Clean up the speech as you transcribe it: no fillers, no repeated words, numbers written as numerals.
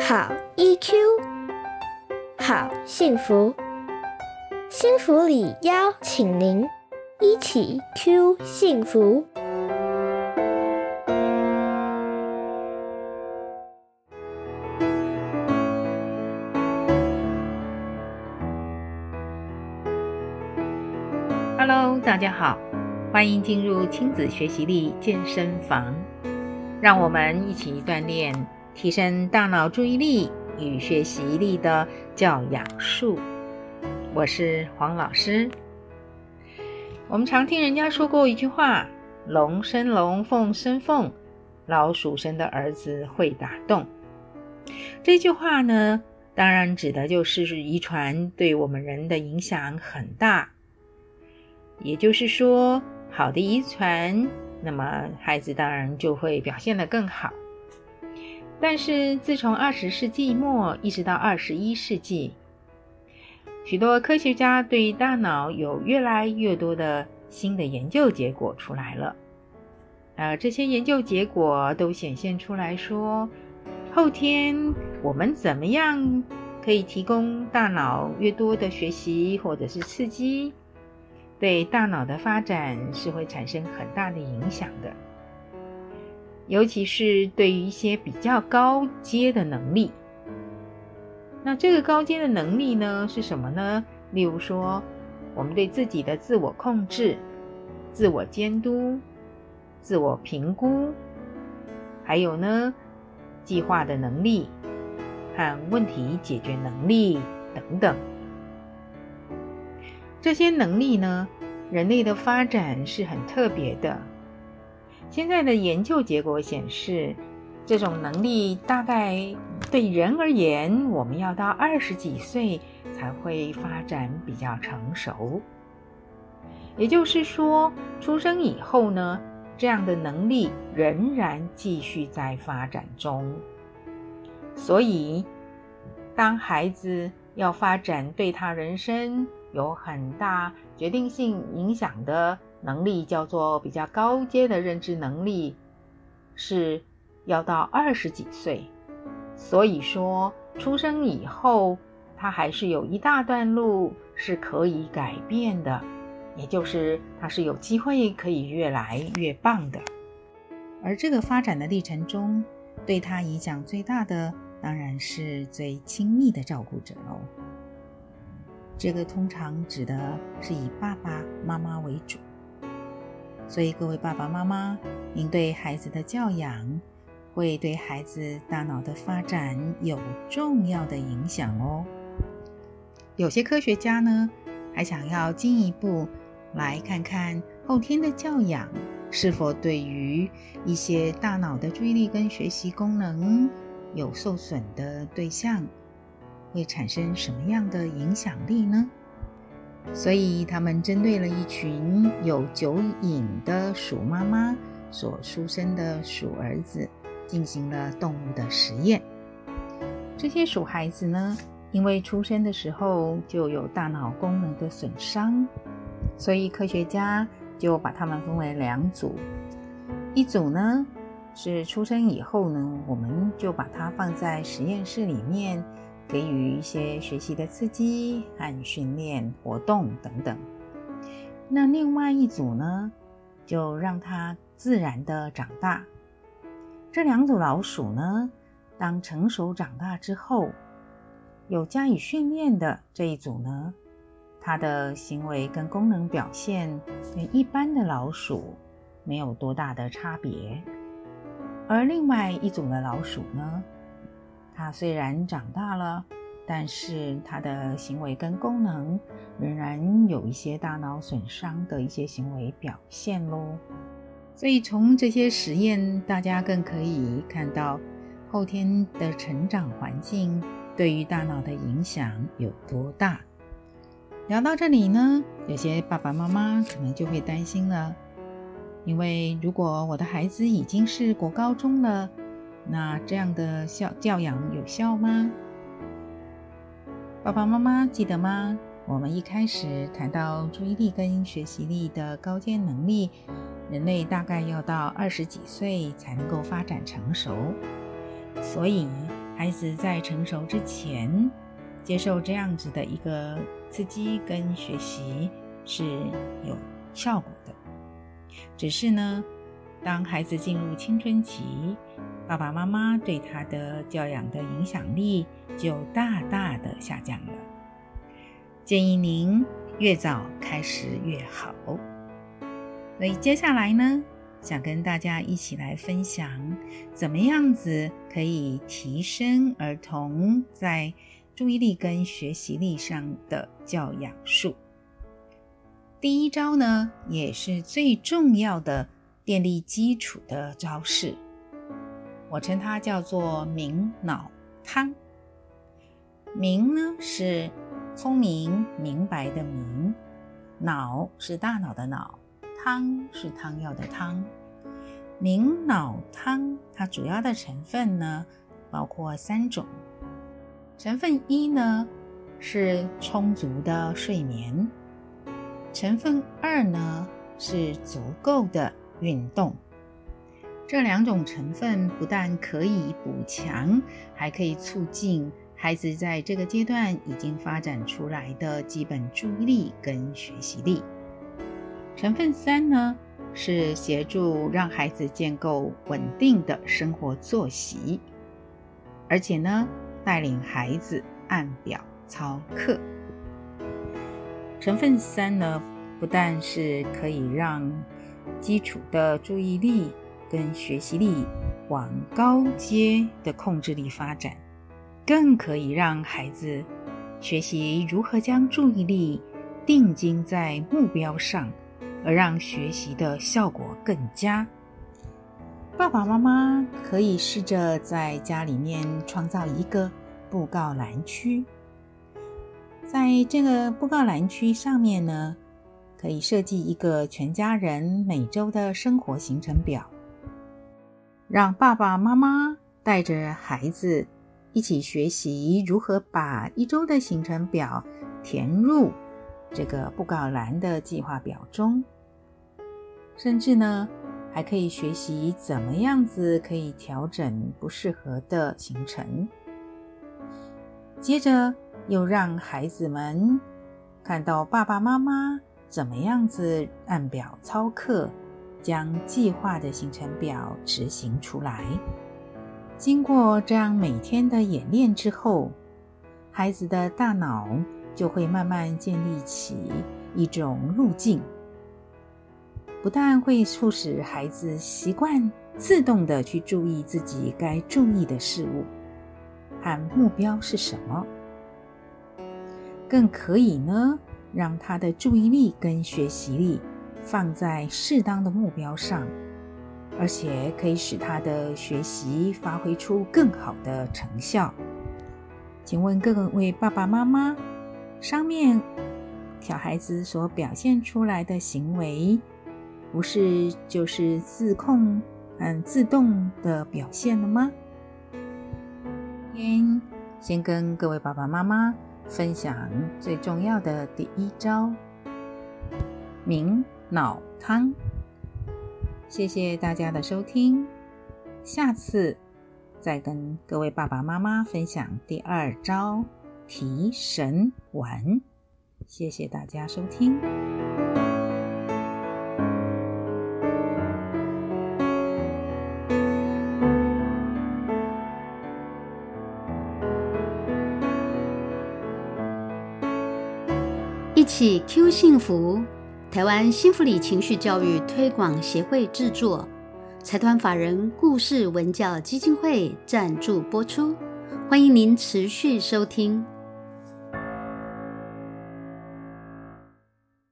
好 EQ， 好幸福，幸福里邀请您一起 Q 幸福。 Hello， 大家好，欢迎进入亲子学习力健身房，让我们一起锻炼提升大脑注意力与学习力的教养术。我是黄老师。我们常听人家说过一句话，龙生龙，凤生凤，老鼠生的儿子会打洞。这句话呢，当然指的就是遗传对我们人的影响很大，也就是说，好的遗传，那么孩子当然就会表现得更好。但是自从20世纪末一直到21世纪，许多科学家对大脑有越来越多的新的研究结果出来了。这些研究结果都显现出来说，后天我们怎么样可以提供大脑越多的学习或者是刺激，对大脑的发展是会产生很大的影响的。尤其是对于一些比较高阶的能力。那这个高阶的能力呢，是什么呢？例如说，我们对自己的自我控制、自我监督、自我评估，还有呢，计划的能力和问题解决能力等等。这些能力呢，人类的发展是很特别的。现在的研究结果显示，这种能力大概对人而言，我们要到20几岁才会发展比较成熟。也就是说，出生以后呢，这样的能力仍然继续在发展中。所以，当孩子要发展对他人生有很大决定性影响的能力，叫做比较高阶的认知能力，是要到20几岁。所以说，出生以后，他还是有一大段路是可以改变的，也就是他是有机会可以越来越棒的。而这个发展的历程中，对他影响最大的，当然是最亲密的照顾者咯。这个通常指的是以爸爸妈妈为主。所以各位爸爸妈妈，您对孩子的教养会对孩子大脑的发展有重要的影响哦。有些科学家呢，还想要进一步来看看后天的教养是否对于一些大脑的注意力跟学习功能有受损的对象，会产生什么样的影响力呢？所以他们针对了一群有酒瘾的鼠妈妈所出生的鼠儿子，进行了动物的实验。这些鼠孩子呢，因为出生的时候就有大脑功能的损伤，所以科学家就把他们分为2组。一组呢，是出生以后呢，我们就把它放在实验室里面，给予一些学习的刺激和训练活动等等。那另外一组呢，就让它自然的长大。这2组老鼠呢，当成熟长大之后，有加以训练的这一组呢，它的行为跟功能表现跟一般的老鼠没有多大的差别。而另外一组的老鼠呢，它虽然长大了，但是它的行为跟功能仍然有一些大脑损伤的一些行为表现咯。所以从这些实验，大家更可以看到后天的成长环境对于大脑的影响有多大。聊到这里呢，有些爸爸妈妈可能就会担心了，因为如果我的孩子已经是国高中了，那这样的教养有效吗？爸爸妈妈记得吗？我们一开始谈到注意力跟学习力的高阶能力，人类大概要到20几岁才能够发展成熟。所以孩子在成熟之前接受这样子的一个刺激跟学习是有效果的。只是呢，当孩子进入青春期，爸爸妈妈对他的教养的影响力就大大的下降了。建议您越早开始越好。所以接下来呢，想跟大家一起来分享怎么样子可以提升儿童在注意力跟学习力上的教养术。第一招呢，也是最重要的建立基础的招式，我称它叫做明脑汤。明呢是聪明明白的明，脑是大脑的脑，汤是汤药的汤。明脑汤它主要的成分呢包括3种。成分1呢是充足的睡眠，成分2呢是足够的运动。这2种成分不但可以补强，还可以促进孩子在这个阶段已经发展出来的基本注意力跟学习力。成分3呢是协助让孩子建构稳定的生活作息，而且呢带领孩子按表操课。成分3呢不但是可以让基础的注意力跟学习力往高阶的控制力发展，更可以让孩子学习如何将注意力定睛在目标上，而让学习的效果更佳。爸爸妈妈可以试着在家里面创造一个布告栏区，在这个布告栏区上面呢，可以设计一个全家人每周的生活行程表，让爸爸妈妈带着孩子一起学习如何把一周的行程表填入这个布告栏的计划表中，甚至呢还可以学习怎么样子可以调整不适合的行程。接着又让孩子们看到爸爸妈妈怎么样子按表操课，将计划的行程表执行出来。经过这样每天的演练之后，孩子的大脑就会慢慢建立起一种路径，不但会促使孩子习惯自动的去注意自己该注意的事物和目标是什么，更可以呢让他的注意力跟学习力放在适当的目标上，而且可以使他的学习发挥出更好的成效。请问各位爸爸妈妈，上面小孩子所表现出来的行为，不是就是自控自动的表现了吗？先跟各位爸爸妈妈分享最重要的第一招，明脑汤。谢谢大家的收听，下次再跟各位爸爸妈妈分享第2招提神丸。谢谢大家收听。 一起 Q 幸福，台湾幸福里情绪教育推广协会制作，财团法人故事文教基金会赞助播出，欢迎您持续收听。